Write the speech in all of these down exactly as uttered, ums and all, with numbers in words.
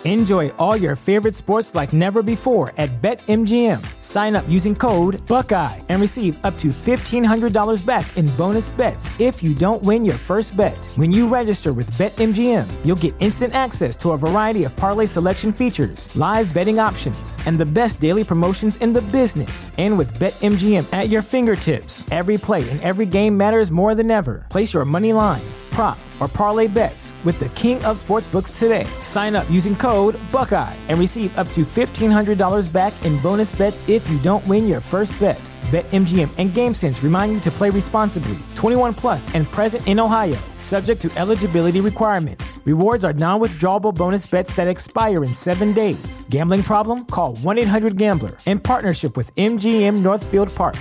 Enjoy all your favorite sports like never before at BetMGM. Sign up using code Buckeye and receive up to fifteen hundred dollars back in bonus bets if you don't win your first bet. When you register with BetMGM, you'll get instant access to a variety of parlay selection features, live betting options, and the best daily promotions in the business. And with BetMGM at your fingertips, every play and every game matters more than ever. Place your money line, prop, or parlay bets with the king of sportsbooks today. Sign up using code Buckeye and receive up to fifteen hundred dollars back in bonus bets if you don't win your first bet. BetMGM and GameSense remind you to play responsibly. twenty-one plus and present in Ohio, subject to eligibility requirements. Rewards are non-withdrawable bonus bets that expire in seven days. Gambling problem? Call one eight hundred gambler in partnership with M G M Northfield Park.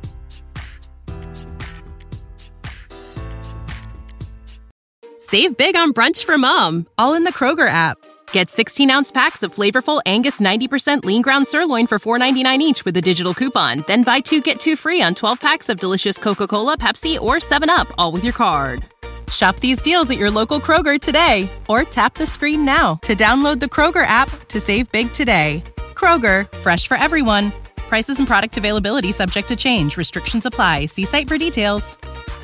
Save big on brunch for mom, all in the Kroger app. Get sixteen-ounce packs of flavorful Angus ninety percent lean ground sirloin for four ninety-nine each with a digital coupon. Then buy two, get two free on twelve packs of delicious Coca-Cola, Pepsi, or seven up, all with your card. Shop these deals at your local Kroger today, or tap the screen now to download the Kroger app to save big today. Kroger, fresh for everyone. Prices and product availability subject to change. Restrictions apply. See site for details.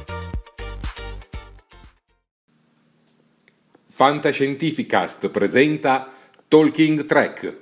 Fantascientificast presenta Talking Trek.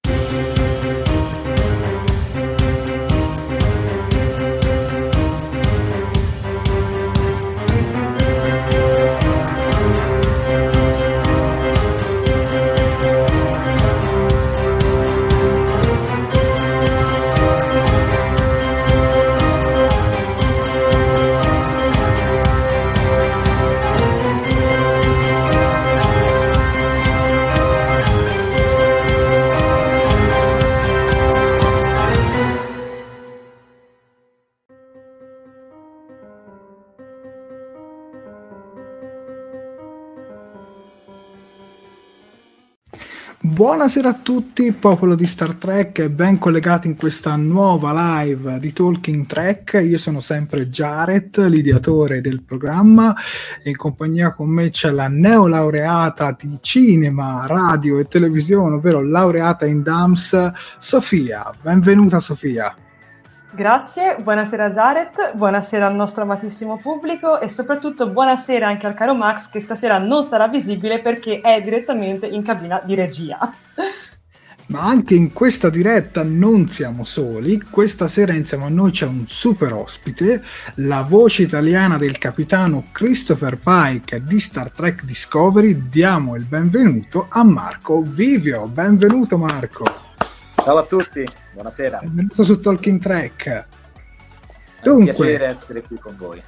Buonasera a tutti, popolo di Star Trek, e ben collegati in questa nuova live di Talking Trek. Io sono sempre Jared, l'ideatore del programma, e in compagnia con me c'è la neolaureata di cinema, radio e televisione, ovvero laureata in D A M S, Sofia. Benvenuta Sofia. Grazie, buonasera Jared, buonasera al nostro amatissimo pubblico e soprattutto buonasera anche al caro Max, che stasera non sarà visibile perché è direttamente in cabina di regia. Ma anche in questa diretta non siamo soli. Questa sera insieme a noi c'è un super ospite, la voce italiana del capitano Christopher Pike di Star Trek Discovery. Diamo il benvenuto a Marco Vivio. Benvenuto Marco. Ciao a tutti, buonasera. Benvenuto su Talking Trek. È Dunque, un piacere essere qui con voi.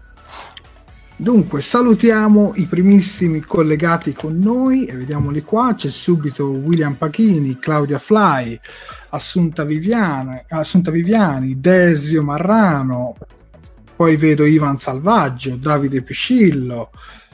Dunque, salutiamo i primissimi collegati con noi e vediamoli qua. C'è subito William Pachini, Claudia Fly, Assunta Viviani, Assunta Viviani, Desio Marrano, poi vedo Ivan Salvaggio, Davide Piscillo,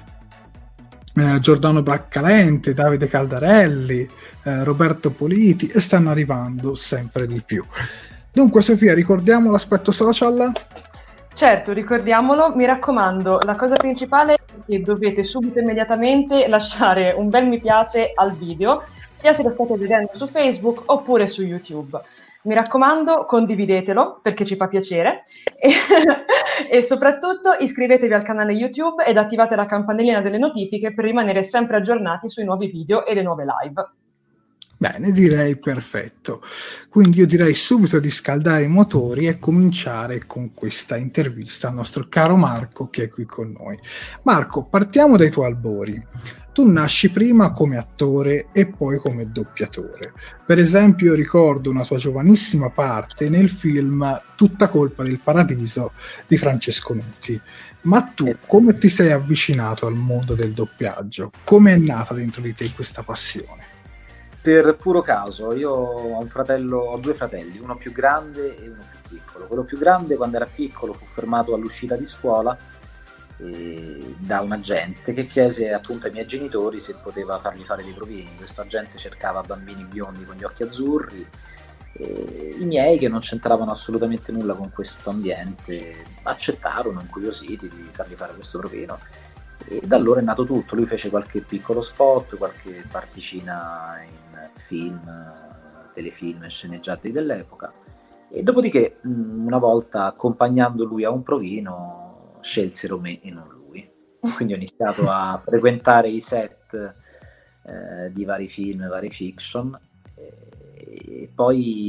eh, Giordano Braccalente, Davide Caldarelli, eh, Roberto Politi, e stanno arrivando sempre di più. Dunque Sofia, ricordiamo l'aspetto social? Certo, ricordiamolo, mi raccomando, la cosa principale è che dovete subito immediatamente lasciare un bel mi piace al video, sia se lo state vedendo su Facebook oppure su YouTube. Mi raccomando, condividetelo perché ci fa piacere e, e soprattutto iscrivetevi al canale YouTube ed attivate la campanellina delle notifiche per rimanere sempre aggiornati sui nuovi video e le nuove live. Bene, direi perfetto. Quindi io direi subito di scaldare i motori e cominciare con questa intervista al nostro caro Marco che è qui con noi. Marco, partiamo dai tuoi albori. Tu nasci prima come attore e poi come doppiatore. Per esempio, ricordo una tua giovanissima parte nel film Tutta colpa del paradiso di Francesco Nuti. Ma tu come ti sei avvicinato al mondo del doppiaggio? Come è nata dentro di te questa passione? Per puro caso, io ho un fratello, ho due fratelli, uno più grande e uno più piccolo. Quello più grande, quando era piccolo, fu fermato all'uscita di scuola eh, da un agente che chiese appunto ai miei genitori se poteva fargli fare dei provini. Questo agente cercava bambini biondi con gli occhi azzurri. E i miei, che non c'entravano assolutamente nulla con questo ambiente, accettarono, incuriositi, di fargli fare questo provino. E da allora è nato tutto. Lui fece qualche piccolo spot, qualche particina in film, telefilm e sceneggiati dell'epoca, e dopodiché una volta, accompagnando lui a un provino, scelsero me e non lui. Quindi ho iniziato a frequentare i set eh, di vari film, vari fiction, e, e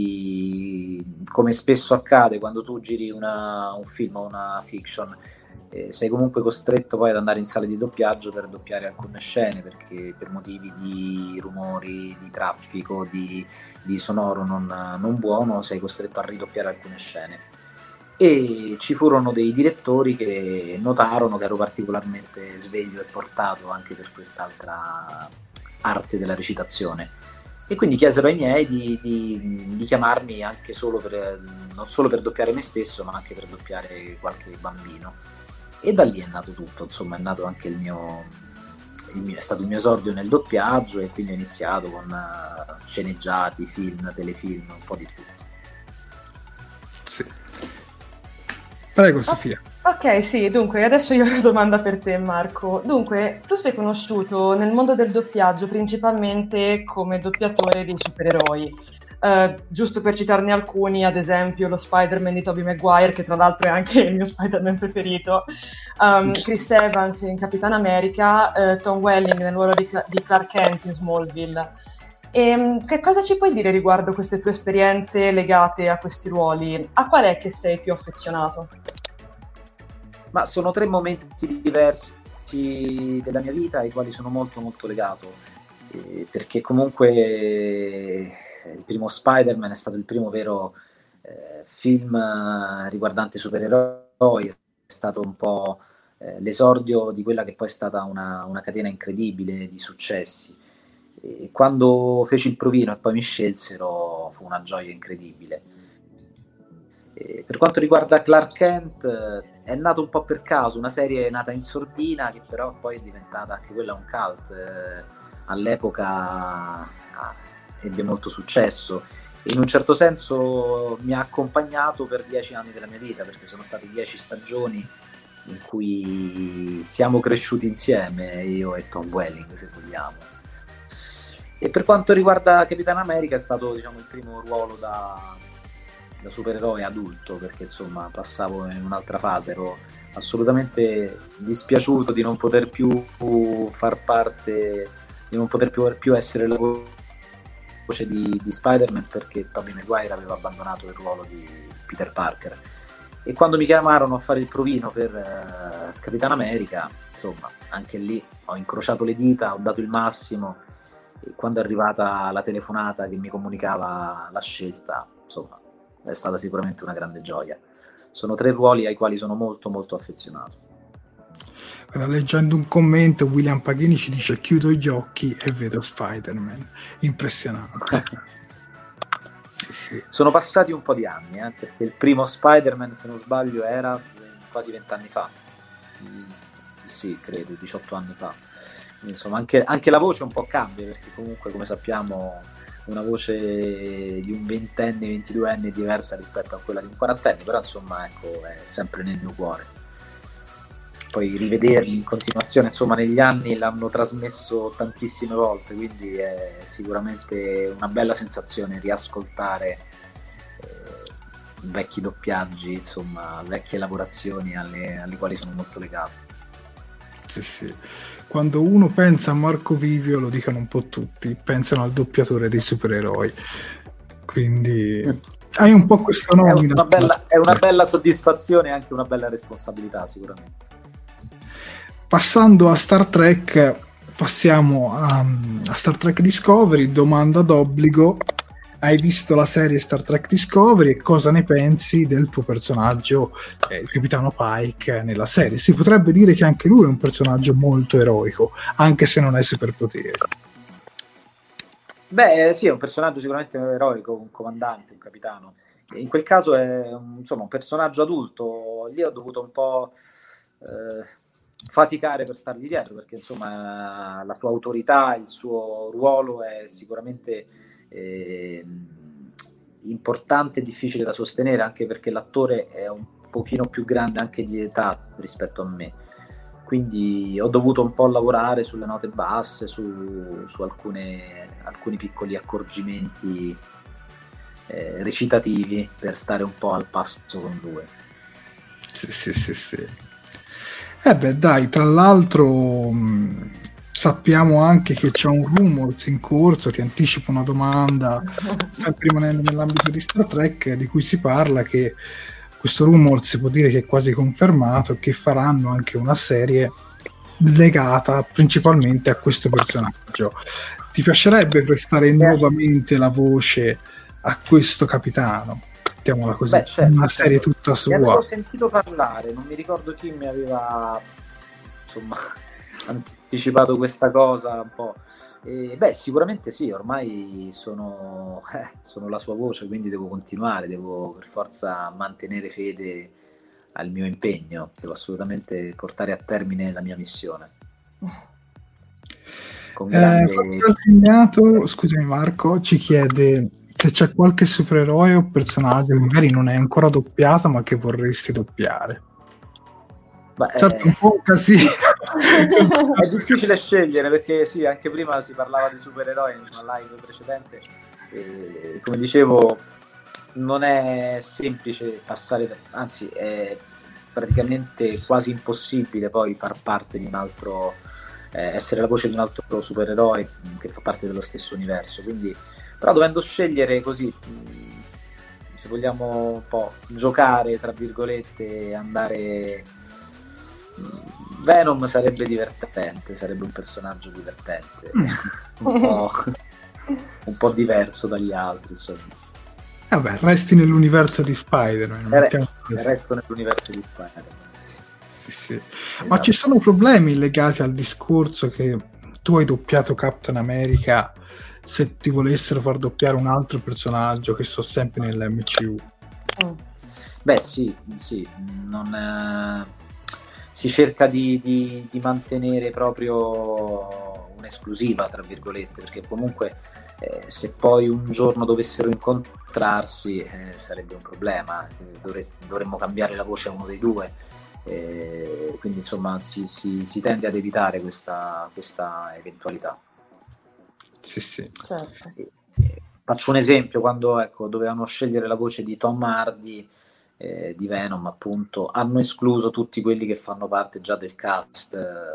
poi, come spesso accade quando tu giri una, un film o una fiction, Eh, sei comunque costretto poi ad andare in sala di doppiaggio per doppiare alcune scene, perché per motivi di rumori, di traffico, di, di sonoro non, non buono, sei costretto a ridoppiare alcune scene. E ci furono dei direttori che notarono che ero particolarmente sveglio e portato anche per quest'altra arte della recitazione, e quindi chiesero ai miei di, di, di chiamarmi anche solo per, non solo per doppiare me stesso, ma anche per doppiare qualche bambino. E da lì è nato tutto, insomma, è nato anche il mio, il mio è stato il mio esordio nel doppiaggio, e quindi ho iniziato con uh, sceneggiati, film, telefilm, un po' di tutto. Sì. Prego, Sofia. Ok, sì, dunque adesso io ho una domanda per te, Marco. Dunque, tu sei conosciuto nel mondo del doppiaggio principalmente come doppiatore dei supereroi. Uh, giusto per citarne alcuni, ad esempio lo Spider-Man di Tobey Maguire, che tra l'altro è anche il mio Spider-Man preferito, um, Chris Evans in Capitan America, uh, Tom Welling nel ruolo di, di Clark Kent in Smallville. E, um, che cosa ci puoi dire riguardo queste tue esperienze legate a questi ruoli? A qual è che sei più affezionato? Ma sono tre momenti diversi della mia vita ai quali sono molto molto legato, eh, perché comunque il primo Spider-Man è stato il primo vero eh, film eh, riguardante supereroi, è stato un po' eh, l'esordio di quella che poi è stata una, una catena incredibile di successi. E quando feci il provino e poi mi scelsero, fu una gioia incredibile. E per quanto riguarda Clark Kent, eh, è nato un po' per caso, una serie nata in sordina che però poi è diventata anche quella un cult. Eh, all'epoca ah, ebbe molto successo, e in un certo senso mi ha accompagnato per dieci anni della mia vita, perché sono state dieci stagioni in cui siamo cresciuti insieme, io e Tom Welling, se vogliamo. E per quanto riguarda Capitan America, è stato, diciamo, il primo ruolo da, da supereroe adulto, perché insomma passavo in un'altra fase, ero assolutamente dispiaciuto di non poter più far parte, di non poter più, più essere la voce di, di Spider-Man, perché Tobey Maguire aveva abbandonato il ruolo di Peter Parker. E quando mi chiamarono a fare il provino per uh, Capitan America, insomma, anche lì ho incrociato le dita, ho dato il massimo, e quando è arrivata la telefonata che mi comunicava la scelta, insomma, è stata sicuramente una grande gioia. Sono tre ruoli ai quali sono molto molto affezionato. Leggendo un commento, William Paghini ci dice: chiudo gli occhi e vedo Spider-Man. Impressionante. Sì, sì. Sono passati un po' di anni, eh, perché il primo Spider-Man, se non sbaglio, era quasi vent'anni fa. Sì, credo, diciotto anni fa. Insomma, anche, anche la voce un po' cambia, perché comunque, come sappiamo, una voce di un ventenne, ventiduenne è diversa rispetto a quella di un quarantenne, però insomma, ecco, è sempre nel mio cuore. Poi rivederli in continuazione, insomma, negli anni l'hanno trasmesso tantissime volte, quindi è sicuramente una bella sensazione riascoltare eh, vecchi doppiaggi, insomma, vecchie lavorazioni alle, alle quali sono molto legato. Sì, sì. Quando uno pensa a Marco Vivio, lo dicono un po' tutti, pensano al doppiatore dei supereroi. Quindi mm. hai un po' questa nomina. È una bella, è una bella soddisfazione e anche una bella responsabilità, sicuramente. Passando a Star Trek, passiamo a, a Star Trek Discovery. Domanda d'obbligo: hai visto la serie Star Trek Discovery e cosa ne pensi del tuo personaggio, eh, il capitano Pike, nella serie? Si potrebbe dire che anche lui è un personaggio molto eroico, anche se non ha superpoteri. Beh, sì, è un personaggio sicuramente eroico, un comandante, un capitano. In quel caso è un, insomma, un personaggio adulto. Lì ho dovuto un po' eh, faticare per stargli dietro, perché insomma la sua autorità, il suo ruolo è sicuramente eh, importante e difficile da sostenere, anche perché l'attore è un pochino più grande anche di età rispetto a me. quindi ho dovuto un po' lavorare sulle note basse, su, su alcune, alcuni piccoli accorgimenti eh, recitativi per stare un po' al passo con lui. Sì, sì, sì, sì. Eh beh, dai, tra l'altro mh, sappiamo anche che c'è un rumors in corso, ti anticipo una domanda, sempre rimanendo nell'ambito di Star Trek, di cui si parla che questo rumor si può dire che è quasi confermato, che faranno anche una serie legata principalmente a questo personaggio. Ti piacerebbe prestare nuovamente la voce a questo capitano? Mettiamola così. Beh, certo, una serie certo. tutta sua. Ne avevo sentito parlare, non mi ricordo chi mi aveva insomma anticipato questa cosa un po'. E, beh, sicuramente sì, ormai sono, eh, sono la sua voce, quindi devo continuare, devo per forza mantenere fede al mio impegno, devo assolutamente portare a termine la mia missione. Con grande... eh, scusami Marco, ci chiede se c'è qualche supereroe o personaggio che magari non è ancora doppiato ma che vorresti doppiare. Beh, certo, un po' un casino. È difficile scegliere, perché sì, anche prima si parlava di supereroi in una live precedente e, come dicevo, non è semplice passare, anzi è praticamente quasi impossibile poi far parte di un altro, eh, essere la voce di un altro supereroe che fa parte dello stesso universo, quindi però dovendo scegliere così, se vogliamo un po' giocare tra virgolette, andare, Venom sarebbe divertente, sarebbe un personaggio divertente, mm. un, po', un po' diverso dagli altri, insomma. Vabbè, resti nell'universo di Spider-Man. Eh, resto nell'universo di Spider-Man. Sì, sì. Esatto. Ma ci sono problemi legati al discorso che tu hai doppiato Captain America, se ti volessero far doppiare un altro personaggio che sto sempre nell'M C U? Mm. Beh, sì, sì, non... Eh... si cerca di, di, di mantenere proprio un'esclusiva, tra virgolette, perché comunque eh, se poi un giorno dovessero incontrarsi eh, sarebbe un problema, Dovrest, dovremmo cambiare la voce a uno dei due, eh, quindi insomma si, si, si tende ad evitare questa, questa eventualità. Sì, sì. Certo. Eh, eh, faccio un esempio: quando ecco, dovevano scegliere la voce di Tom Hardy, Eh, di Venom, appunto, hanno escluso tutti quelli che fanno parte già del cast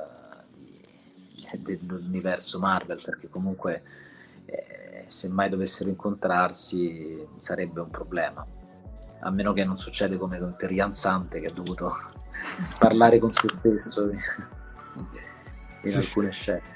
eh, dell'universo Marvel, perché comunque eh, se mai dovessero incontrarsi sarebbe un problema, a meno che non succede come per Ian Sante, che ha dovuto parlare con se stesso in sì, alcune sì. scene.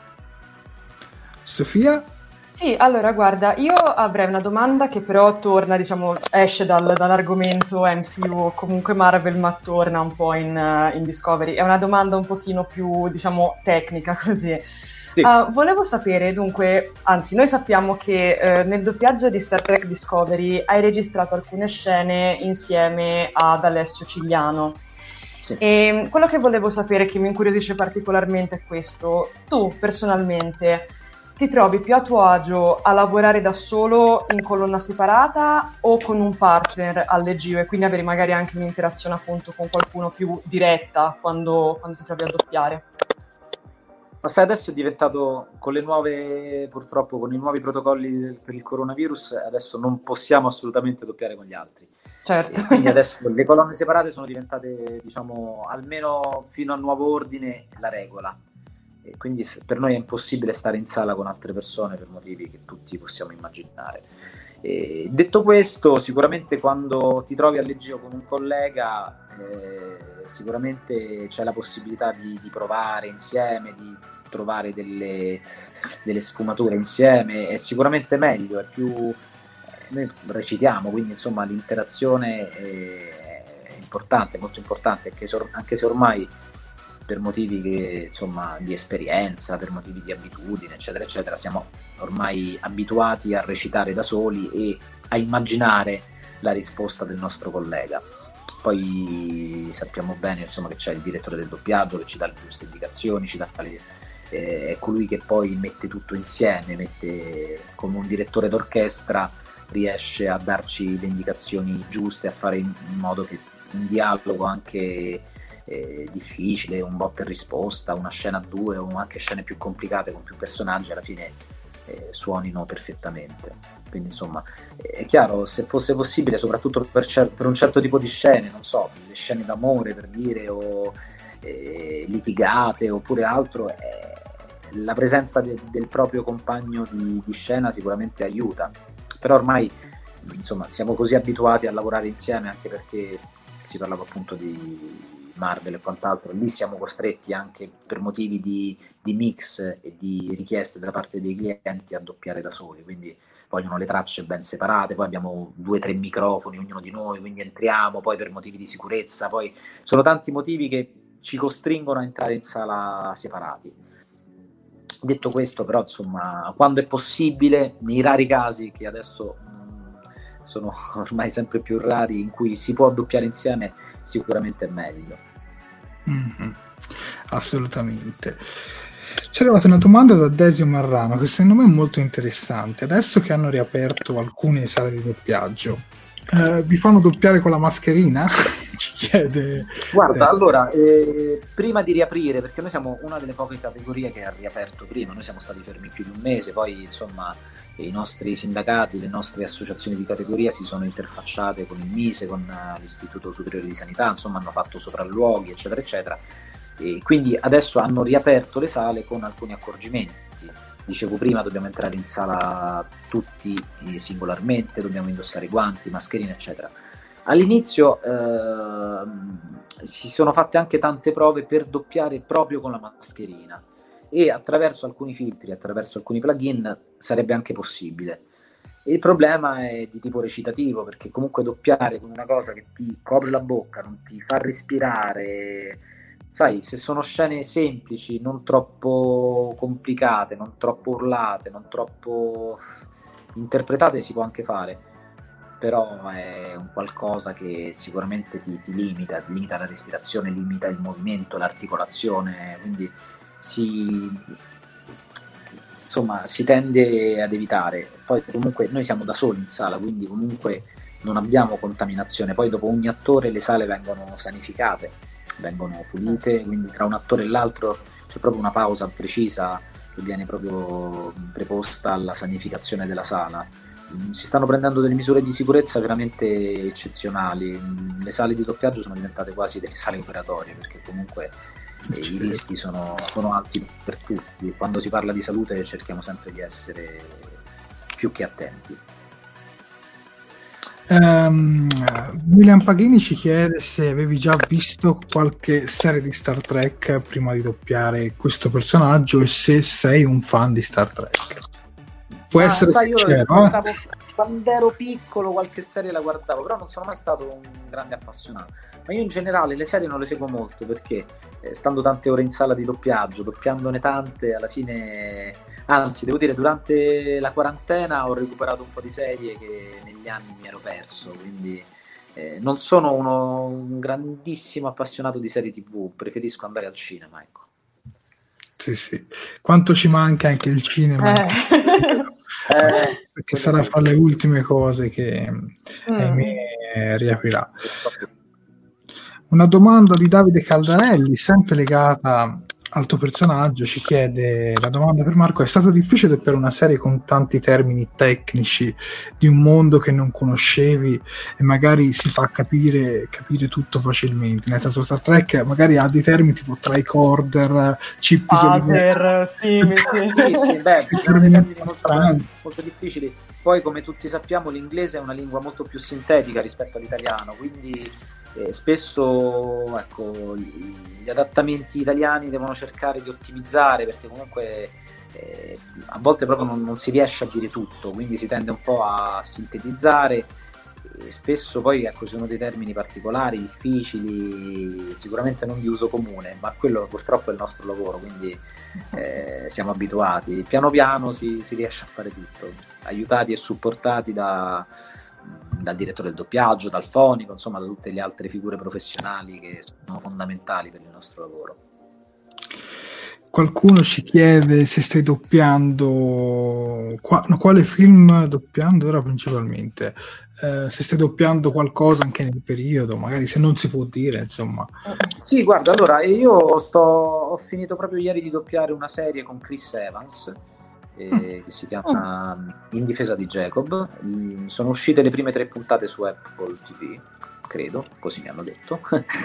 Sofia? Sì, allora guarda, io avrei una domanda che però torna, diciamo, esce dal, dall'argomento M C U o comunque Marvel, ma torna un po' in, uh, in Discovery. È una domanda un pochino più, diciamo, tecnica così. Sì. Uh, volevo sapere, dunque, anzi, noi sappiamo che uh, nel doppiaggio di Star Trek Discovery hai registrato alcune scene insieme ad Alessio Cigliano. Sì. E quello che volevo sapere, che mi incuriosisce particolarmente, è questo: tu personalmente ti trovi più a tuo agio a lavorare da solo in colonna separata o con un partner al leggio, e quindi avere magari anche un'interazione appunto con qualcuno più diretta quando, quando ti trovi a doppiare? Ma sai, adesso è diventato, con le nuove, purtroppo con i nuovi protocolli del, per il coronavirus, adesso non possiamo assolutamente doppiare con gli altri. Certo. E quindi adesso le colonne separate sono diventate, diciamo, almeno fino a nuovo ordine, la regola. E quindi per noi è impossibile stare in sala con altre persone per motivi che tutti possiamo immaginare. E detto questo, sicuramente quando ti trovi a leggio con un collega eh, sicuramente c'è la possibilità di, di provare insieme, di trovare delle, delle sfumature insieme, è sicuramente meglio, è più eh, noi recitiamo, quindi insomma l'interazione è, è importante, molto importante, anche se, anche se ormai per motivi che, insomma, di esperienza, per motivi di abitudine, eccetera, eccetera, siamo ormai abituati a recitare da soli e a immaginare la risposta del nostro collega. Poi sappiamo bene, insomma, che c'è il direttore del doppiaggio che ci dà le giuste indicazioni, ci dà le, eh, è colui che poi mette tutto insieme, mette come un direttore d'orchestra, riesce a darci le indicazioni giuste, a fare in, in modo che un dialogo anche eh, difficile, un botta e risposta, una scena a due o anche scene più complicate con più personaggi, alla fine eh, suonino perfettamente. Quindi insomma è chiaro, se fosse possibile, soprattutto per, cer- per un certo tipo di scene, non so, le scene d'amore per dire, o eh, litigate oppure altro, eh, la presenza de- del proprio compagno di-, di scena sicuramente aiuta. Però ormai insomma siamo così abituati a lavorare insieme, anche perché si parlava appunto di Marvel e quant'altro, lì siamo costretti anche per motivi di, di mix e di richieste da parte dei clienti a doppiare da soli, quindi vogliono le tracce ben separate, poi abbiamo due o tre microfoni ognuno di noi, quindi entriamo poi per motivi di sicurezza, poi sono tanti motivi che ci costringono a entrare in sala separati. Detto questo, però insomma, quando è possibile, nei rari casi che adesso mh, sono ormai sempre più rari, in cui si può doppiare insieme, sicuramente è meglio. Mm-hmm. Assolutamente. C'è arrivata una domanda da Desio Marrano che secondo me è molto interessante. Adesso che hanno riaperto alcune sale di doppiaggio, eh, vi fanno doppiare con la mascherina? Ci chiede. Guarda, eh. allora, eh, prima di riaprire, perché noi siamo una delle poche categorie che ha riaperto prima, noi siamo stati fermi più di un mese, poi insomma i nostri sindacati, le nostre associazioni di categoria si sono interfacciate con il Mise, con uh, l'Istituto Superiore di Sanità, insomma hanno fatto sopralluoghi eccetera eccetera, e quindi adesso hanno riaperto le sale con alcuni accorgimenti. Dicevo prima, dobbiamo entrare in sala tutti eh, singolarmente, dobbiamo indossare guanti, mascherine eccetera. All'inizio eh, si sono fatte anche tante prove per doppiare proprio con la mascherina, e attraverso alcuni filtri, attraverso alcuni plugin sarebbe anche possibile. Il problema è di tipo recitativo, perché comunque doppiare con una cosa che ti copre la bocca, non ti fa respirare, sai, se sono scene semplici, non troppo complicate, non troppo urlate, non troppo interpretate, si può anche fare, però è un qualcosa che sicuramente ti, ti limita, ti limita la respirazione, limita il movimento, l'articolazione, quindi si, insomma, si tende ad evitare. Poi comunque noi siamo da soli in sala, quindi comunque non abbiamo contaminazione. Poi dopo ogni attore le sale vengono sanificate, vengono pulite, quindi tra un attore e l'altro c'è proprio una pausa precisa che viene proprio preposta alla sanificazione della sala. Si stanno prendendo delle misure di sicurezza veramente eccezionali. Le sale di doppiaggio sono diventate quasi delle sale operatorie, perché comunque eh, i rischi sono, sono alti per tutti. Quando si parla di salute cerchiamo sempre di essere più che attenti. Um, William Paghini ci chiede se avevi già visto qualche serie di Star Trek prima di doppiare questo personaggio e se sei un fan di Star Trek. Può ah, essere sai, sincero, io guardavo, eh? Quando ero piccolo qualche serie la guardavo, però non sono mai stato un grande appassionato. Ma io in generale le serie non le seguo molto, perché eh, stando tante ore in sala di doppiaggio, doppiandone tante, alla fine, anzi devo dire, durante la quarantena ho recuperato un po' di serie che negli anni mi ero perso, quindi eh, non sono uno, un grandissimo appassionato di serie tivù, preferisco andare al cinema, ecco. Sì, sì. Quanto ci manca anche il cinema, Eh. eh, perché sarà fra le ultime cose che mm. ahimè riaprirà. Una domanda di Davide Caldarelli, sempre legata al tuo personaggio, ci chiede, la domanda per Marco: è stato difficile per una serie con tanti termini tecnici di un mondo che non conoscevi e magari si fa capire capire tutto facilmente, nel senso Star Trek magari ha dei termini tipo tricorder, chip Pater, sì, sì. sì, sì, beh, sono dei termini molto, molto difficili. Poi, come tutti sappiamo, l'inglese è una lingua molto più sintetica rispetto all'italiano, quindi eh, spesso ecco, gli adattamenti italiani devono cercare di ottimizzare, perché comunque eh, a volte proprio non, non si riesce a dire tutto, quindi si tende un po' a sintetizzare, e spesso poi ecco, ci sono dei termini particolari, difficili, sicuramente non di uso comune, ma quello purtroppo è il nostro lavoro, quindi eh, siamo abituati. Piano piano si, si riesce a fare tutto, aiutati e supportati da, dal direttore del doppiaggio, dal fonico, insomma da tutte le altre figure professionali che sono fondamentali per il nostro lavoro. Qualcuno ci chiede se stai doppiando qua, no, quale film doppiando ora principalmente, eh, se stai doppiando qualcosa anche nel periodo, magari se non si può dire, insomma. Sì, guarda, allora io sto ho finito proprio ieri di doppiare una serie con Chris Evans eh, mm. che si chiama mm. In difesa di Jacob. Mm, sono uscite le prime tre puntate su Apple T V, credo, così mi hanno detto.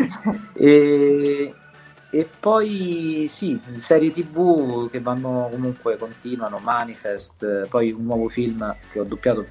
e E poi sì, serie tivù che vanno comunque, continuano, Manifest, poi un nuovo film che ho doppiato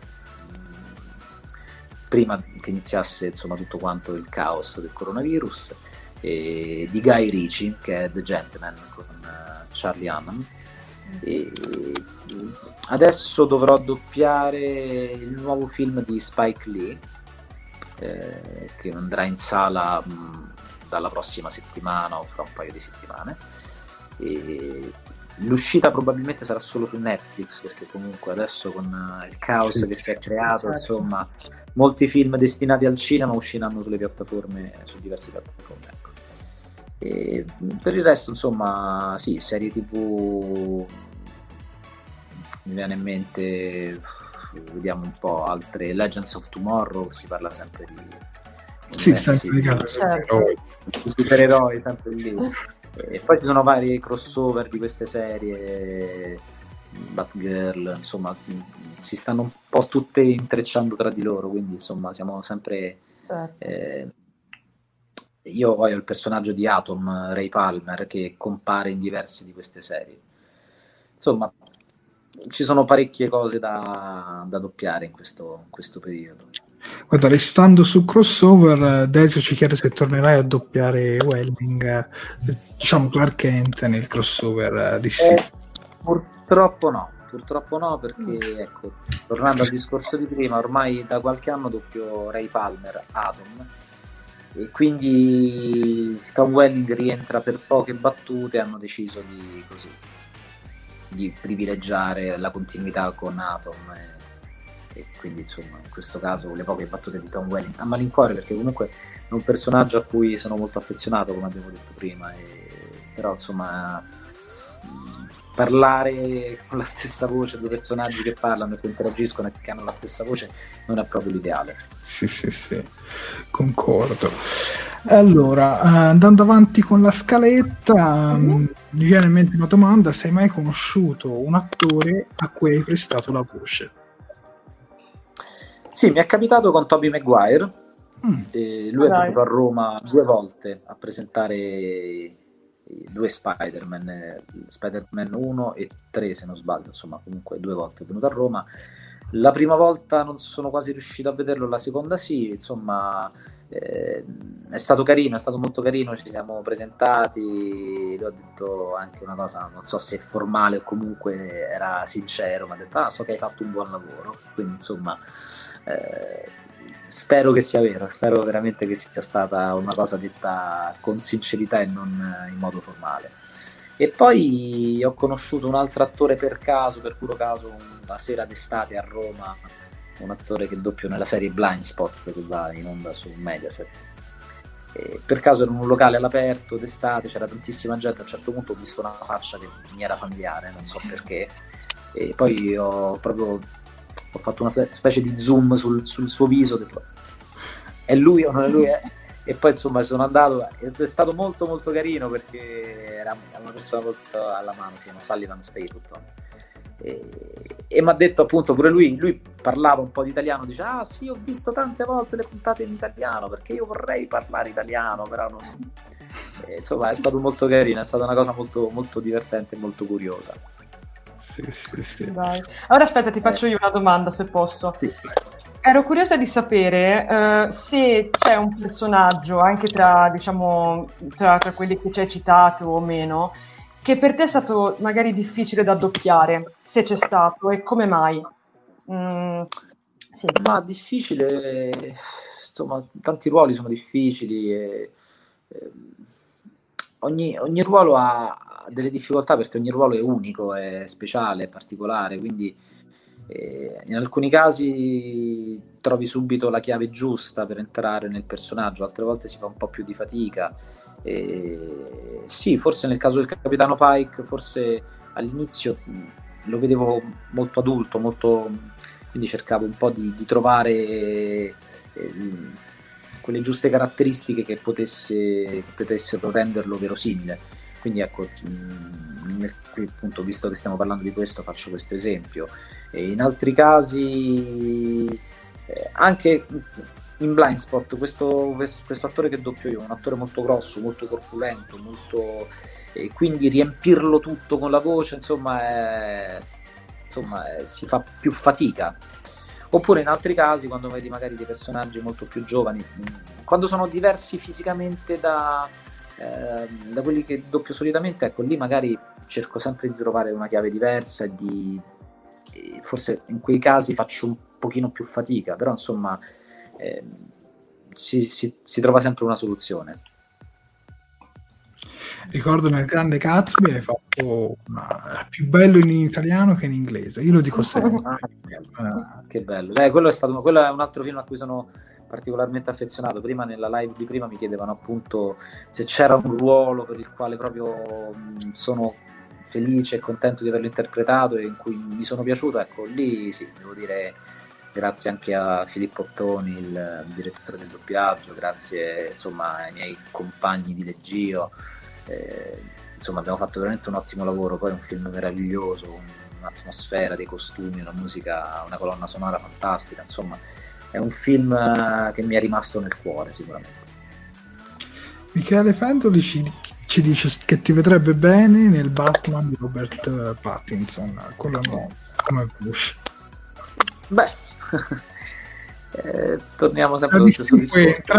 prima che iniziasse insomma tutto quanto il caos del coronavirus, e di Guy Ritchie, che è The Gentleman con uh, Charlie Hunnam. E adesso dovrò doppiare il nuovo film di Spike Lee, eh, che andrà in sala mh, dalla prossima settimana o fra un paio di settimane. E l'uscita probabilmente sarà solo su Netflix, perché comunque adesso con uh, il caos sì, che si è creato, certo. Insomma, molti film destinati al cinema usciranno sulle piattaforme, su diverse piattaforme. Ecco. E per il resto, insomma, sì, serie tivù mi viene in mente, vediamo un po' altre, Legends of Tomorrow, si parla sempre di sì, sempre di supereroi, supereroi sempre lì. E poi ci sono vari crossover di queste serie, Batgirl, insomma si stanno un po' tutte intrecciando tra di loro, quindi insomma siamo sempre eh, io poi ho il personaggio di Atom, Ray Palmer, che compare in diverse di queste serie. Insomma ci sono parecchie cose da, da doppiare in questo, in questo periodo. Guarda, restando su crossover, Desio ci chiede se tornerai a doppiare Welling, diciamo Clark Kent nel crossover di sì. Eh, purtroppo no, purtroppo no, perché ecco, tornando al discorso di prima, ormai da qualche anno doppio Ray Palmer, Atom, e quindi Tom Welling rientra per poche battute, hanno deciso di così di privilegiare la continuità con Atom. E, e quindi insomma in questo caso le poche battute di Tom Welling a malincuore, perché comunque è un personaggio a cui sono molto affezionato, come abbiamo detto prima, e, però insomma parlare con la stessa voce, due personaggi che parlano e che interagiscono e che hanno la stessa voce non è proprio l'ideale. Sì sì sì, concordo. Allora, andando avanti con la scaletta, mm-hmm. mi viene in mente una domanda: se hai mai conosciuto un attore a cui hai prestato la voce? Sì, mi è capitato con Tobey Maguire. Mm. E lui Dai. è venuto a Roma due volte a presentare i due Spider-Man, Spider-Man uno e tre se non sbaglio, insomma comunque due volte è venuto a Roma. La prima volta non sono quasi riuscito a vederlo, la seconda sì, insomma eh, è stato carino, è stato molto carino, ci siamo presentati, lui ha detto anche una cosa, non so se è formale o comunque era sincero, mi ha detto ah, so che hai fatto un buon lavoro, quindi insomma eh, spero che sia vero, spero veramente che sia stata una cosa detta con sincerità e non in modo formale. E poi ho conosciuto un altro attore per caso, per puro caso, una sera d'estate a Roma, un attore che doppio nella serie Blindspot che va in onda su Mediaset. E per caso era in un locale all'aperto d'estate, c'era tantissima gente, a un certo punto ho visto una faccia che mi era familiare, non so perché, e poi ho proprio ho fatto una specie di zoom sul, sul suo viso, ho detto è lui o non è lui? Eh? E poi insomma sono andato, è stato molto molto carino perché era una persona molto alla mano, si chiama Sullivan Stapleton, e, e mi ha detto appunto pure lui, lui parlava un po' di italiano, dice ah sì, ho visto tante volte le puntate in italiano perché io vorrei parlare italiano, però non... E, insomma è stato molto carino, è stata una cosa molto molto divertente e molto curiosa. Sì, sì, sì. Dai. Allora aspetta, ti faccio io una domanda se posso. Sì. Ero curiosa di sapere uh, se c'è un personaggio, anche tra, diciamo, tra, tra quelli che ci hai citato o meno, che per te è stato magari difficile da doppiare, se c'è stato, e come mai? Mm, sì. Ma difficile, insomma, tanti ruoli sono difficili e, e, ogni, ogni ruolo ha delle difficoltà perché ogni ruolo è unico, è speciale, è particolare, quindi eh, in alcuni casi trovi subito la chiave giusta per entrare nel personaggio, altre volte si fa un po' più di fatica E sì, forse nel caso del Capitano Pike, forse all'inizio lo vedevo molto adulto, molto, quindi cercavo un po' di, di trovare eh, quelle giuste caratteristiche che, potesse, che potessero renderlo verosimile. Quindi ecco, nel, appunto, visto che stiamo parlando di questo, faccio questo esempio. E in altri casi, eh, anche in Blindspot, questo, questo attore che doppio io, un attore molto grosso, molto corpulento, molto, e quindi riempirlo tutto con la voce, insomma, è, insomma è, si fa più fatica. Oppure in altri casi, quando vedi magari dei personaggi molto più giovani, quando sono diversi fisicamente da, eh, da quelli che doppio solitamente, ecco, lì magari cerco sempre di trovare una chiave diversa e di e forse in quei casi faccio un pochino più fatica, però insomma eh, si, si, si trova sempre una soluzione. Ricordo nel Grande Gatsby hai fatto una, più bello in italiano che in inglese, io lo dico sempre. Ah, che bello, eh, quello è stato quello è un altro film a cui sono particolarmente affezionato. Prima nella live di prima mi chiedevano appunto se c'era un ruolo per il quale proprio mh, sono felice e contento di averlo interpretato e in cui mi sono piaciuto. Ecco, lì sì, devo dire grazie anche a Filippo Ottoni, il direttore del doppiaggio, grazie insomma ai miei compagni di Leggio. Eh, insomma abbiamo fatto veramente un ottimo lavoro. Poi è un film meraviglioso, un'atmosfera, dei costumi, una musica, una colonna sonora fantastica. Insomma è un film che mi è rimasto nel cuore sicuramente. Michele Pendoli ci, ci dice che ti vedrebbe bene nel Batman di Robert Pattinson, quello no, come voce. Beh eh, torniamo sempre allo stesso discorso.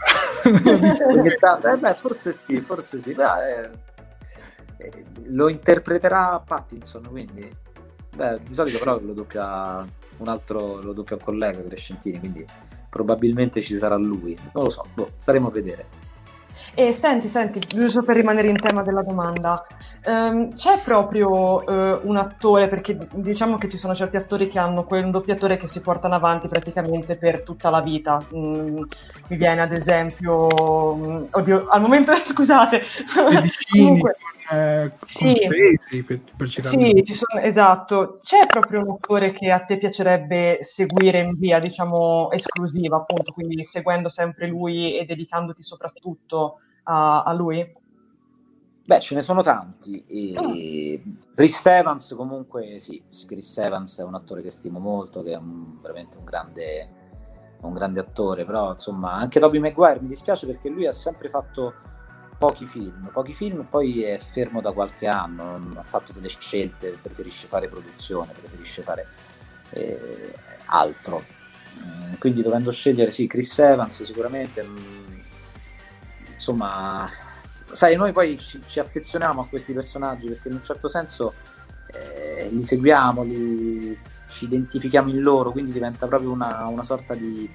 eh, beh, forse sì, forse sì. Beh, eh, lo interpreterà Pattinson, quindi beh, di solito però lo doppia un altro, lo doppia un collega Crescentini, quindi probabilmente ci sarà lui, non lo so, boh, staremo a vedere. E senti, senti, giusto per rimanere in tema della domanda, um, c'è proprio uh, un attore, perché diciamo che ci sono certi attori che hanno quel doppiatore che si portano avanti praticamente per tutta la vita. Mm, mi viene ad esempio, um, oddio, al momento, scusate, comunque, eh, sì, Spacey, per, per sì, ci sono, esatto. C'è proprio un attore che a te piacerebbe seguire in via, diciamo, esclusiva, appunto, quindi seguendo sempre lui e dedicandoti soprattutto a, a lui? Beh, ce ne sono tanti. E Chris Evans comunque sì, Chris Evans è un attore che stimo molto, che è un, veramente un grande, un grande attore, però insomma anche Tobey Maguire mi dispiace perché lui ha sempre fatto pochi film, pochi film, poi è fermo da qualche anno, non ha fatto delle scelte, preferisce fare produzione, preferisce fare eh, altro. Quindi dovendo scegliere sì, Chris Evans sicuramente, mh, insomma, sai, noi poi ci, ci affezioniamo a questi personaggi perché in un certo senso eh, li seguiamo, li, ci identifichiamo in loro, quindi diventa proprio una, una sorta di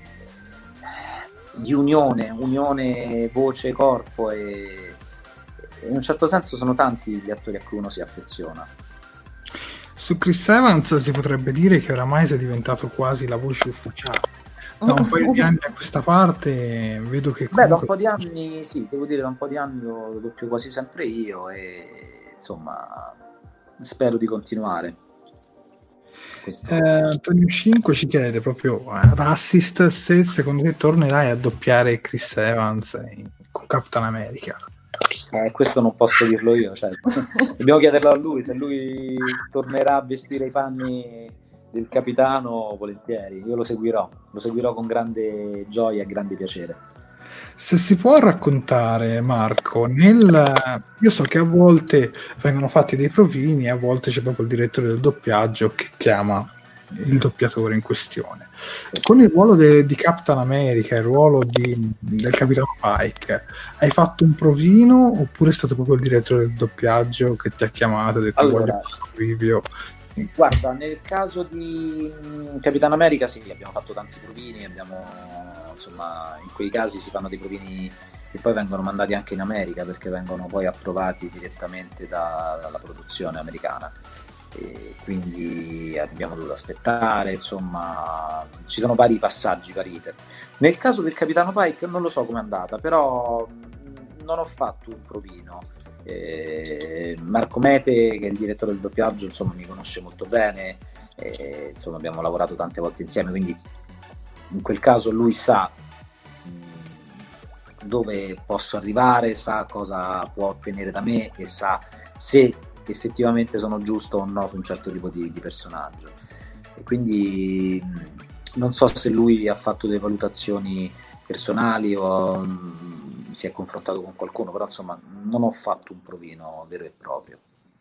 di unione, unione voce-corpo e, e in un certo senso sono tanti gli attori a cui uno si affeziona. Su Chris Evans si potrebbe dire che oramai sia diventato quasi la voce ufficiale. Da un paio di anni a questa parte vedo che comunque... Beh, da un po' di anni, sì, devo dire da un po' di anni lo doppio quasi sempre io e insomma spero di continuare. Eh, Antonio cinque ci chiede proprio ad assist se secondo te tornerai a doppiare Chris Evans in, con Capitan America. Eh, questo non posso dirlo io, cioè, dobbiamo chiederlo a lui, se lui tornerà a vestire i panni del capitano volentieri, io lo seguirò, lo seguirò con grande gioia e grande piacere. Se si può raccontare, Marco, nel... io so che a volte vengono fatti dei provini e a volte c'è proprio il direttore del doppiaggio che chiama il doppiatore in questione. Con il ruolo de... di Captain America, il ruolo di... del Capitano Pike, hai fatto un provino oppure è stato proprio il direttore del doppiaggio che ti ha chiamato e ha detto allora, voglio un review? Guarda, nel caso di Capitano America sì, abbiamo fatto tanti provini, abbiamo, insomma, in quei casi si fanno dei provini che poi vengono mandati anche in America perché vengono poi approvati direttamente da, dalla produzione americana e quindi abbiamo dovuto aspettare, insomma ci sono vari passaggi, vari iter. Nel caso del Capitano Pike non lo so com'è andata, però non ho fatto un provino. Eh, Marco Mete, che è il direttore del doppiaggio, insomma mi conosce molto bene, eh, insomma abbiamo lavorato tante volte insieme, quindi in quel caso lui sa mh, dove posso arrivare, sa cosa può ottenere da me e sa se effettivamente sono giusto o no su un certo tipo di, di personaggio, e quindi mh, non so se lui ha fatto delle valutazioni personali o mh, si è confrontato con qualcuno, però insomma non ho fatto un provino vero e proprio.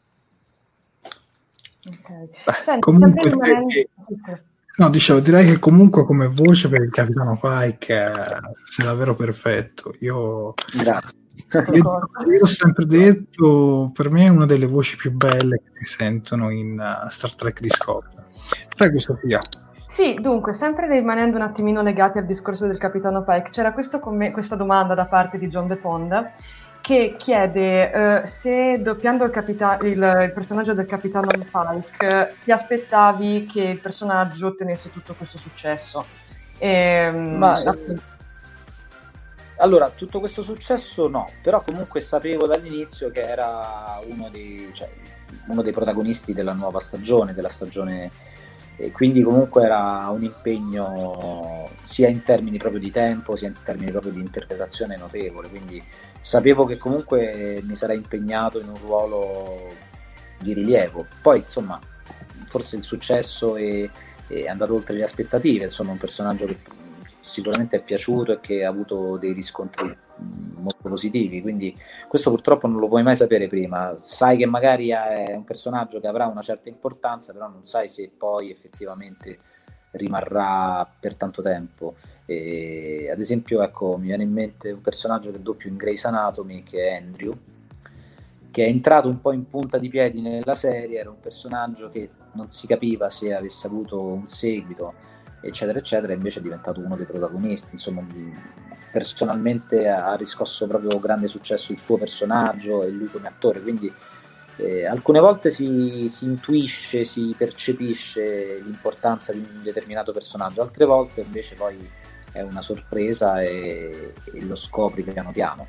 Okay. Beh, Senti, comunque, sempre rimanendo... no, dicevo, direi che comunque come voce per il Capitano Pike è, sei davvero perfetto. Io, Grazie. io, io ho sempre detto, per me è una delle voci più belle che si sentono in uh, Star Trek Discovery. Prego, Sofia. Sì, dunque, sempre rimanendo un attimino legati al discorso del Capitano Pike, c'era questo com- questa domanda da parte di John De Ponda che chiede uh, se doppiando il, capita- il, il personaggio del Capitano Pike ti aspettavi che il personaggio ottenesse tutto questo successo. E, Ma, eh, allora, tutto questo successo no, però comunque sapevo dall'inizio che era uno dei, cioè, uno dei protagonisti della nuova stagione, della stagione, e quindi comunque era un impegno sia in termini proprio di tempo, sia in termini proprio di interpretazione notevole, quindi sapevo che comunque mi sarei impegnato in un ruolo di rilievo. Poi insomma forse il successo è, è andato oltre le aspettative, insomma un personaggio che sicuramente è piaciuto e che ha avuto dei riscontri molto positivi, quindi questo purtroppo non lo puoi mai sapere prima. Sai che magari è un personaggio che avrà una certa importanza, però non sai se poi effettivamente rimarrà per tanto tempo. E, ad esempio, ecco, mi viene in mente un personaggio che doppio in Grey's Anatomy, che è Andrew, che è entrato un po' in punta di piedi nella serie. Era un personaggio che non si capiva se avesse avuto un seguito, eccetera eccetera, invece è diventato uno dei protagonisti. Insomma, personalmente ha riscosso proprio grande successo il suo personaggio e lui come attore, quindi eh, alcune volte si, si intuisce, si percepisce l'importanza di un determinato personaggio, altre volte invece poi è una sorpresa e, e lo scopri piano piano.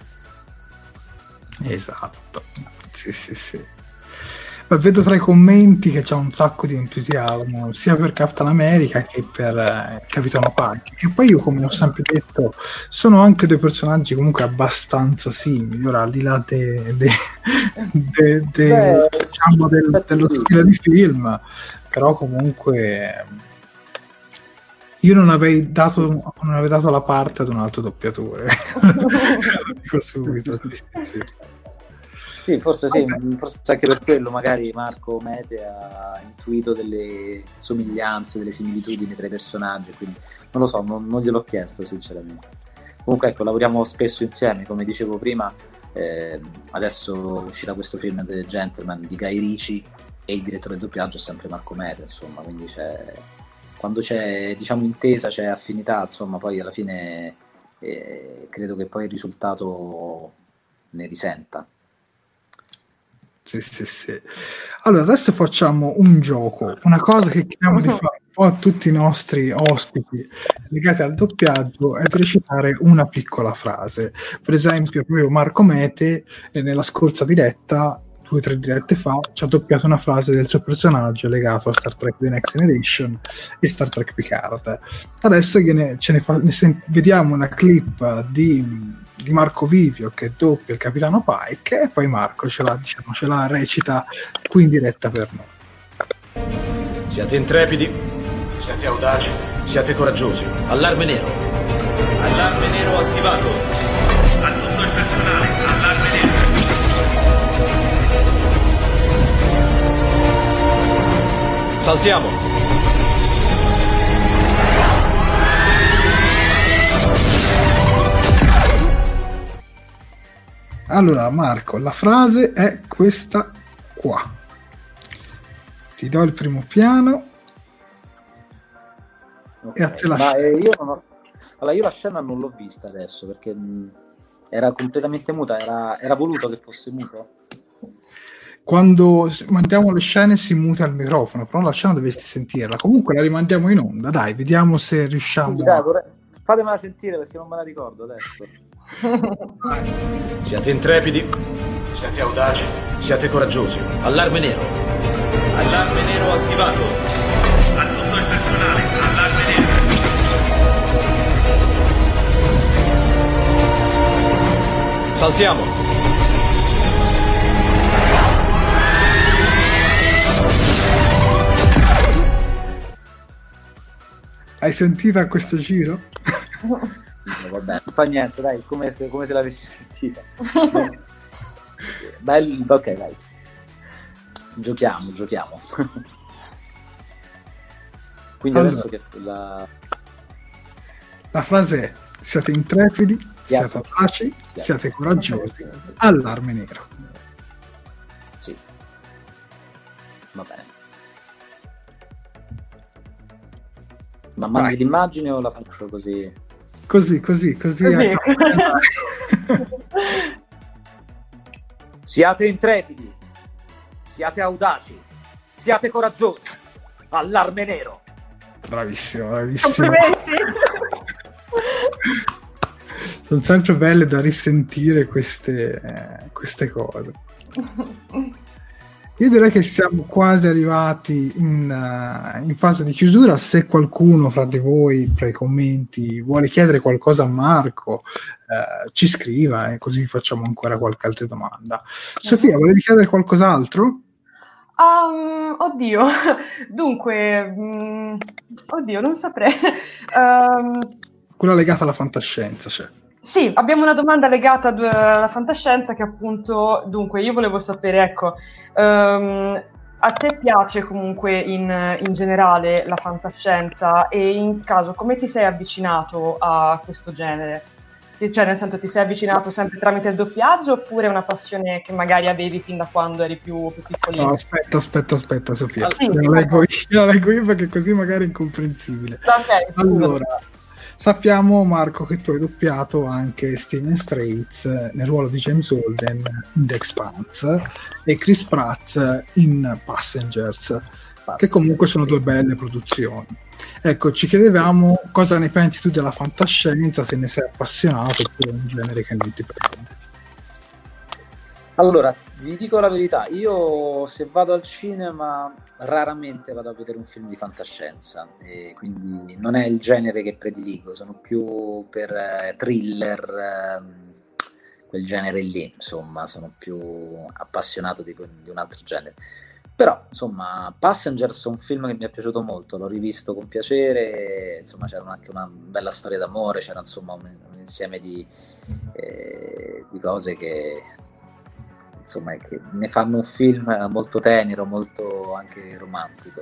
Esatto, sì sì sì. Ma vedo tra i commenti che c'è un sacco di entusiasmo sia per Captain America che per eh, Capitano Pike, che poi io, come ho sempre detto, sono anche due personaggi comunque abbastanza simili. Ora, al di là de, de, de, de, Beh, diciamo, del, dello sì. stile di film, però comunque io non avrei dato, non avrei dato la parte ad un altro doppiatore. Lo dico subito, sì, sì, sì. Sì, forse sì, forse anche per quello magari Marco Mete ha intuito delle somiglianze, delle similitudini tra i personaggi, quindi non lo so, non, non gliel'ho chiesto sinceramente. Comunque ecco, lavoriamo spesso insieme, come dicevo prima, eh, adesso uscirà questo film The Gentleman di Guy Ritchie e il direttore del doppiaggio è sempre Marco Mete, insomma, quindi c'è, quando c'è, diciamo, intesa, c'è affinità, insomma, poi alla fine eh, credo che poi il risultato ne risenta. Sì, sì, sì. Allora, adesso facciamo un gioco, una cosa che chiediamo di fare un po' a tutti i nostri ospiti legati al doppiaggio è di recitare una piccola frase. Per esempio, proprio Marco Mete eh, nella scorsa diretta, due o tre dirette fa, ci ha doppiato una frase del suo personaggio legato a Star Trek The Next Generation e Star Trek Picard. Adesso ne, ce ne, fa, ne sen- vediamo una clip di... di Marco Vivio che doppia il Capitano Pike e poi Marco ce la, diciamo, ce la recita qui in diretta per noi. Siate intrepidi, siate audaci, siate coraggiosi. Allarme nero. Allarme nero attivato. A tutto il personale, allarme nero. Saltiamo. Allora Marco, la frase è questa qua. Ti do il primo piano. Okay. E a te la Ma, scena. Eh, io non ho... Allora io la scena non l'ho vista adesso perché mh, era completamente muta, era, era voluto che fosse muto? Quando mandiamo le scene si muta il microfono, però la scena dovresti sentirla. Comunque la rimandiamo in onda, dai, vediamo se riusciamo. Sì, dai, vorrei, fatemela sentire perché non me la ricordo adesso. Siate intrepidi, siate audaci, siate coraggiosi. Allarme nero. Allarme nero attivato. A tutto il personale, allarme nero. Saltiamo. Hai sentito a questo giro? No, vabbè, non fa niente, dai, come se, come se l'avessi sentita. Bello, ok, dai. Giochiamo, giochiamo. Quindi allora, adesso che la... la frase è: siate intrepidi, siate, siate audaci, siate, siate coraggiosi. Allarme nero. Sì. Va bene. Ma mandi Vai. l'immagine o la faccio così? Così, così, così. così. Siate intrepidi, siate audaci, siate coraggiosi. Allarme nero. Bravissimo, bravissimo. Complimenti. Sono sempre belle da risentire queste, eh, queste cose. Io direi che siamo quasi arrivati in, uh, in fase di chiusura. Se qualcuno fra di voi, fra i commenti, vuole chiedere qualcosa a Marco, uh, ci scriva e così facciamo ancora qualche altra domanda. Sofia, volevi chiedere qualcos'altro? Um, oddio, dunque, um, oddio, non saprei. Um, Quella legata alla fantascienza, cioè. Sì, abbiamo una domanda legata ad- alla fantascienza che appunto, dunque, io volevo sapere, ecco, um, a te piace comunque in, in generale la fantascienza e in caso come ti sei avvicinato a questo genere? Ti- Cioè, nel senso, ti sei avvicinato sempre tramite il doppiaggio oppure è una passione che magari avevi fin da quando eri più, più piccolino? No, aspetta, aspetta, aspetta, Sofia. Sì, la, leggo io, la leggo io perché così magari è incomprensibile. Ok, Allora, sappiamo, Marco, che tu hai doppiato anche Steven Straits nel ruolo di James Holden in The Expanse e Chris Pratt in Passengers, che comunque sono due belle produzioni. Ecco, ci chiedevamo cosa ne pensi tu della fantascienza, se ne sei appassionato oppure è un genere che non ti prende. Allora, vi dico la verità, io se vado al cinema raramente vado a vedere un film di fantascienza, e quindi non è il genere che prediligo, sono più per eh, thriller, ehm, quel genere lì, insomma, sono più appassionato di, di un altro genere. Però, insomma, Passengers è un film che mi è piaciuto molto, l'ho rivisto con piacere, insomma c'era anche una bella storia d'amore, c'era insomma un, un insieme di, eh, di cose che... insomma, che ne fanno un film molto tenero, molto anche romantico.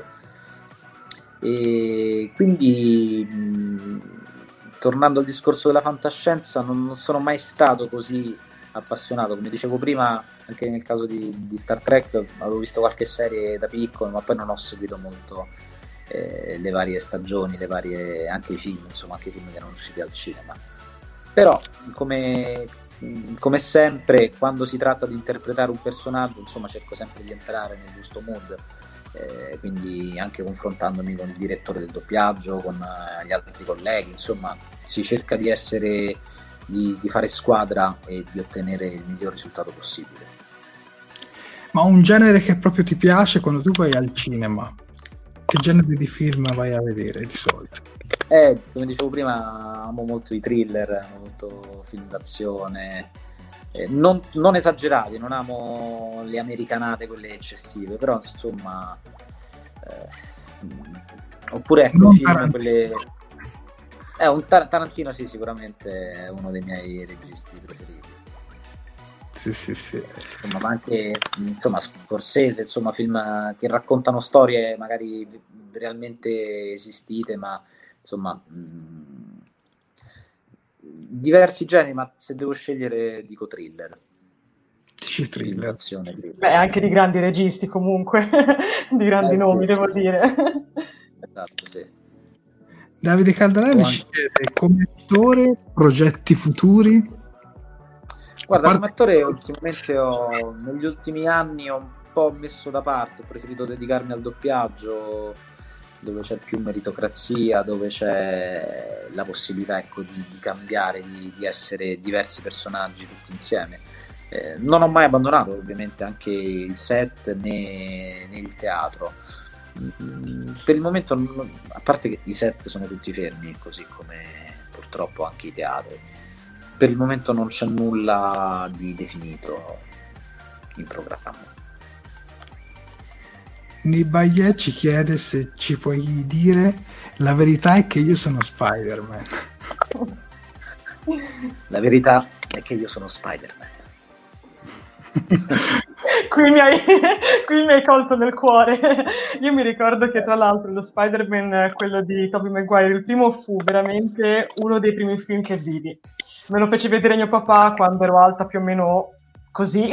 E quindi mh, tornando al discorso della fantascienza, non, non sono mai stato così appassionato, come dicevo prima, anche nel caso di, di Star Trek avevo visto qualche serie da piccolo, ma poi non ho seguito molto eh, le varie stagioni, le varie, anche i film, insomma anche i film che erano usciti al cinema. Però come come sempre quando si tratta di interpretare un personaggio, insomma cerco sempre di entrare nel giusto mood, eh, quindi anche confrontandomi con il direttore del doppiaggio, con uh, gli altri colleghi, insomma si cerca di essere di, di fare squadra e di ottenere il miglior risultato possibile. Ma un genere che proprio ti piace quando tu vai al cinema, che genere di film vai a vedere di solito? Eh, come dicevo prima, amo molto i thriller, amo molto film d'azione, eh, non, non esagerati, non amo le americanate, quelle eccessive, però insomma, eh, oppure ecco, Non film, Tarantino. quelle... Eh, un Tar- Tarantino sì, sicuramente è uno dei miei registi preferiti. Sì, sì, sì. Insomma, ma anche insomma Scorsese, insomma film che raccontano storie magari realmente esistite, ma insomma mh, diversi generi, ma se devo scegliere dico thriller. Dici thriller. Azione, thriller. Beh, anche di grandi registi comunque, di grandi Eh, sì, nomi, devo sì. dire. Esatto, sì. Davide Caldarelli Quanto- ci chiede, come attore, progetti futuri? Guarda, A come parte- attore ultimamente ho, negli ultimi anni ho un po' messo da parte, ho preferito dedicarmi al doppiaggio, dove c'è più meritocrazia, dove c'è la possibilità, ecco, di, di cambiare, di, di essere diversi personaggi tutti insieme. Eh, non ho mai abbandonato ovviamente anche il set né, né il teatro. Mm, per il momento, a parte che i set sono tutti fermi, così come purtroppo anche i teatri, per il momento non c'è nulla di definito in programma. Nibaye ci chiede se ci puoi dire la verità è che io sono Spider-Man. La verità è che io sono Spider-Man. qui, mi hai, qui mi hai colto nel cuore. Io mi ricordo che tra l'altro lo Spider-Man, quello di Tobey Maguire, il primo, fu veramente uno dei primi film che vidi. Me lo fece vedere mio papà quando ero alta più o meno così.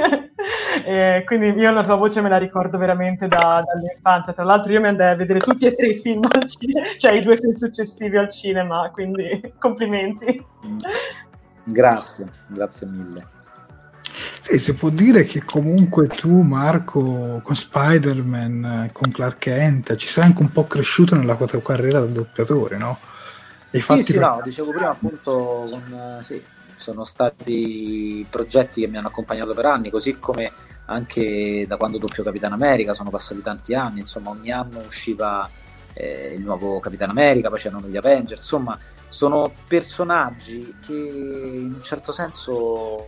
E quindi io la tua voce me la ricordo veramente da, dall'infanzia. Tra l'altro io mi andai a vedere tutti e tre i film al cinema, cioè i due film successivi al cinema, quindi complimenti. Grazie, grazie mille. Sì, si può dire che comunque tu, Marco, con Spider-Man, con Clark Kent, ci sei anche un po' cresciuto nella tua carriera da doppiatore, no? E sì, sì, per... no, dicevo prima appunto, con, sì, sono stati progetti che mi hanno accompagnato per anni, così come anche da quando doppio Capitan America, sono passati tanti anni, insomma ogni anno usciva eh, il nuovo Capitan America, poi c'erano gli Avengers, insomma sono personaggi che in un certo senso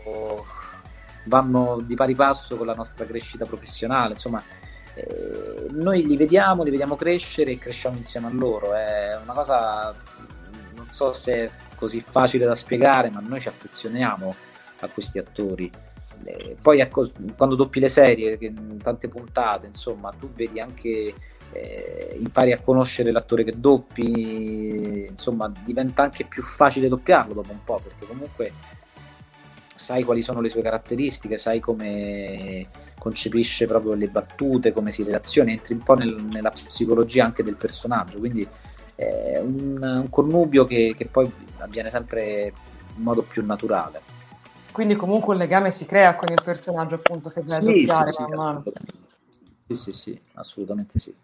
vanno di pari passo con la nostra crescita professionale, insomma eh, noi li vediamo, li vediamo crescere e cresciamo insieme a loro, è una cosa, non so se è così facile da spiegare, ma noi ci affezioniamo a questi attori. Eh, poi ecco, quando doppi le serie, che, tante puntate, insomma, tu vedi anche, eh, impari a conoscere l'attore che doppi, insomma, diventa anche più facile doppiarlo dopo un po', perché comunque sai quali sono le sue caratteristiche, sai come concepisce proprio le battute, come si relaziona, entri un po' nel, nella psicologia anche del personaggio, quindi è un, un connubio che, che poi avviene sempre in modo più naturale. Quindi comunque un legame si crea con il personaggio appunto che vai a doppiare sì, man mano. Sì, sì, sì, assolutamente sì.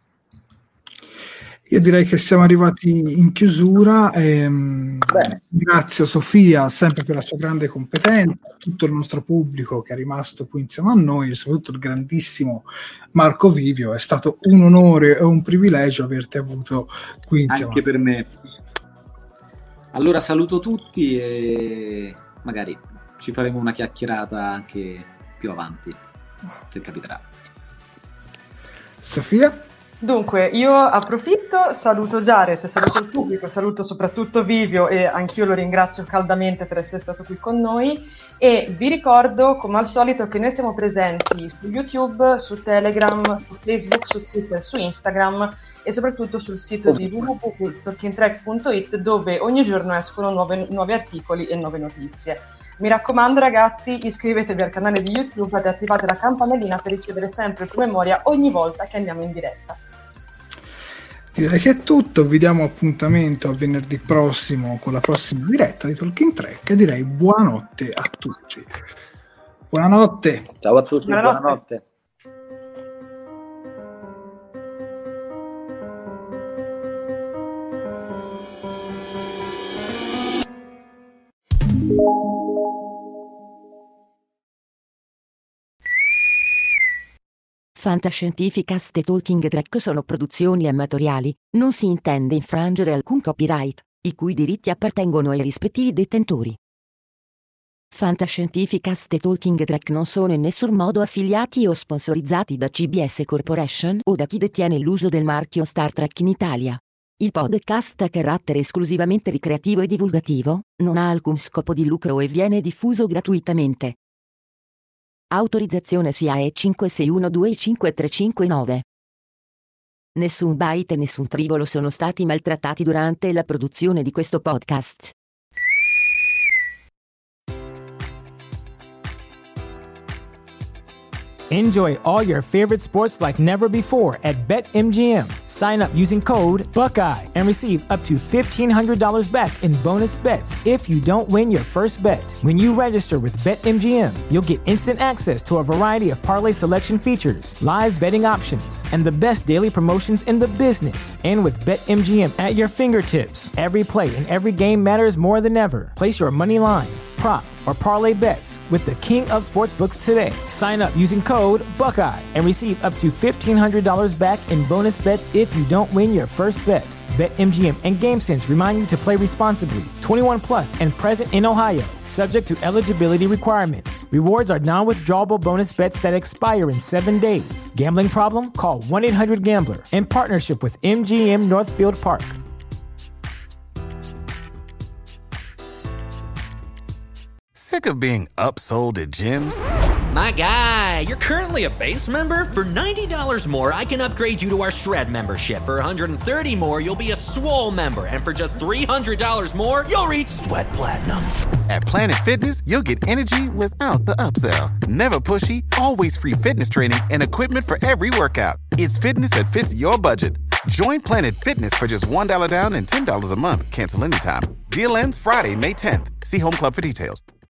Io direi che siamo arrivati in chiusura. Ehm, grazie a Sofia sempre per la sua grande competenza, a tutto il nostro pubblico che è rimasto qui insieme a noi e soprattutto il grandissimo Marco Vivio. È stato un onore e un privilegio averti avuto qui insieme. Anche per me. Allora saluto tutti e magari ci faremo una chiacchierata anche più avanti, se capiterà. Sofia? Dunque, io approfitto, saluto Jared, saluto il pubblico, saluto soprattutto Vivio e anch'io lo ringrazio caldamente per essere stato qui con noi e vi ricordo, come al solito, che noi siamo presenti su YouTube, su Telegram, su Facebook, su Twitter, su Instagram e soprattutto sul sito di w w w punto talking track punto it dove ogni giorno escono nuove, nuovi articoli e nuove notizie. Mi raccomando ragazzi, iscrivetevi al canale di YouTube ed attivate la campanellina per ricevere sempre il promemoria ogni volta che andiamo in diretta. Direi che è tutto, vi diamo appuntamento a venerdì prossimo con la prossima diretta di Talking Track e direi buonanotte a tutti. Buonanotte. Ciao a tutti, buonanotte. buonanotte. Fantascientificast e Talking Track sono produzioni amatoriali, non si intende infrangere alcun copyright, i cui diritti appartengono ai rispettivi detentori. Fantascientificast e Talking Track non sono in nessun modo affiliati o sponsorizzati da C B S Corporation o da chi detiene l'uso del marchio Star Trek in Italia. Il podcast ha carattere esclusivamente ricreativo e divulgativo, non ha alcun scopo di lucro e viene diffuso gratuitamente. Autorizzazione S I A E cinque sei uno due cinque tre cinque nove. Nessun byte e nessun tribolo sono stati maltrattati durante la produzione di questo podcast. Enjoy all your favorite sports like never before at BetMGM. Sign up using code Buckeye and receive up to fifteen hundred dollars back in bonus bets if you don't win your first bet. When you register with BetMGM, you'll get instant access to a variety of parlay selection features, live betting options, and the best daily promotions in the business. And with BetMGM at your fingertips, every play and every game matters more than ever. Place your money line, prop, or parlay bets with the king of sportsbooks today. Sign up using code Buckeye and receive up to fifteen hundred dollars back in bonus bets if you don't win your first bet. BetMGM and GameSense remind you to play responsibly. twenty-one plus and present in Ohio, subject to eligibility requirements. Rewards are non-withdrawable bonus bets that expire in seven days. Gambling problem? Call one eight hundred gambler in partnership with M G M Northfield Park. Sick of being upsold at gyms? My guy, you're currently a base member? For ninety dollars more, I can upgrade you to our Shred membership. For one hundred thirty dollars more, you'll be a Swole member. And for just three hundred dollars more, you'll reach Sweat Platinum. At Planet Fitness, you'll get energy without the upsell. Never pushy, always free fitness training and equipment for every workout. It's fitness that fits your budget. Join Planet Fitness for just one dollar down and ten dollars a month. Cancel anytime. Deal ends Friday, May tenth. See Home Club for details.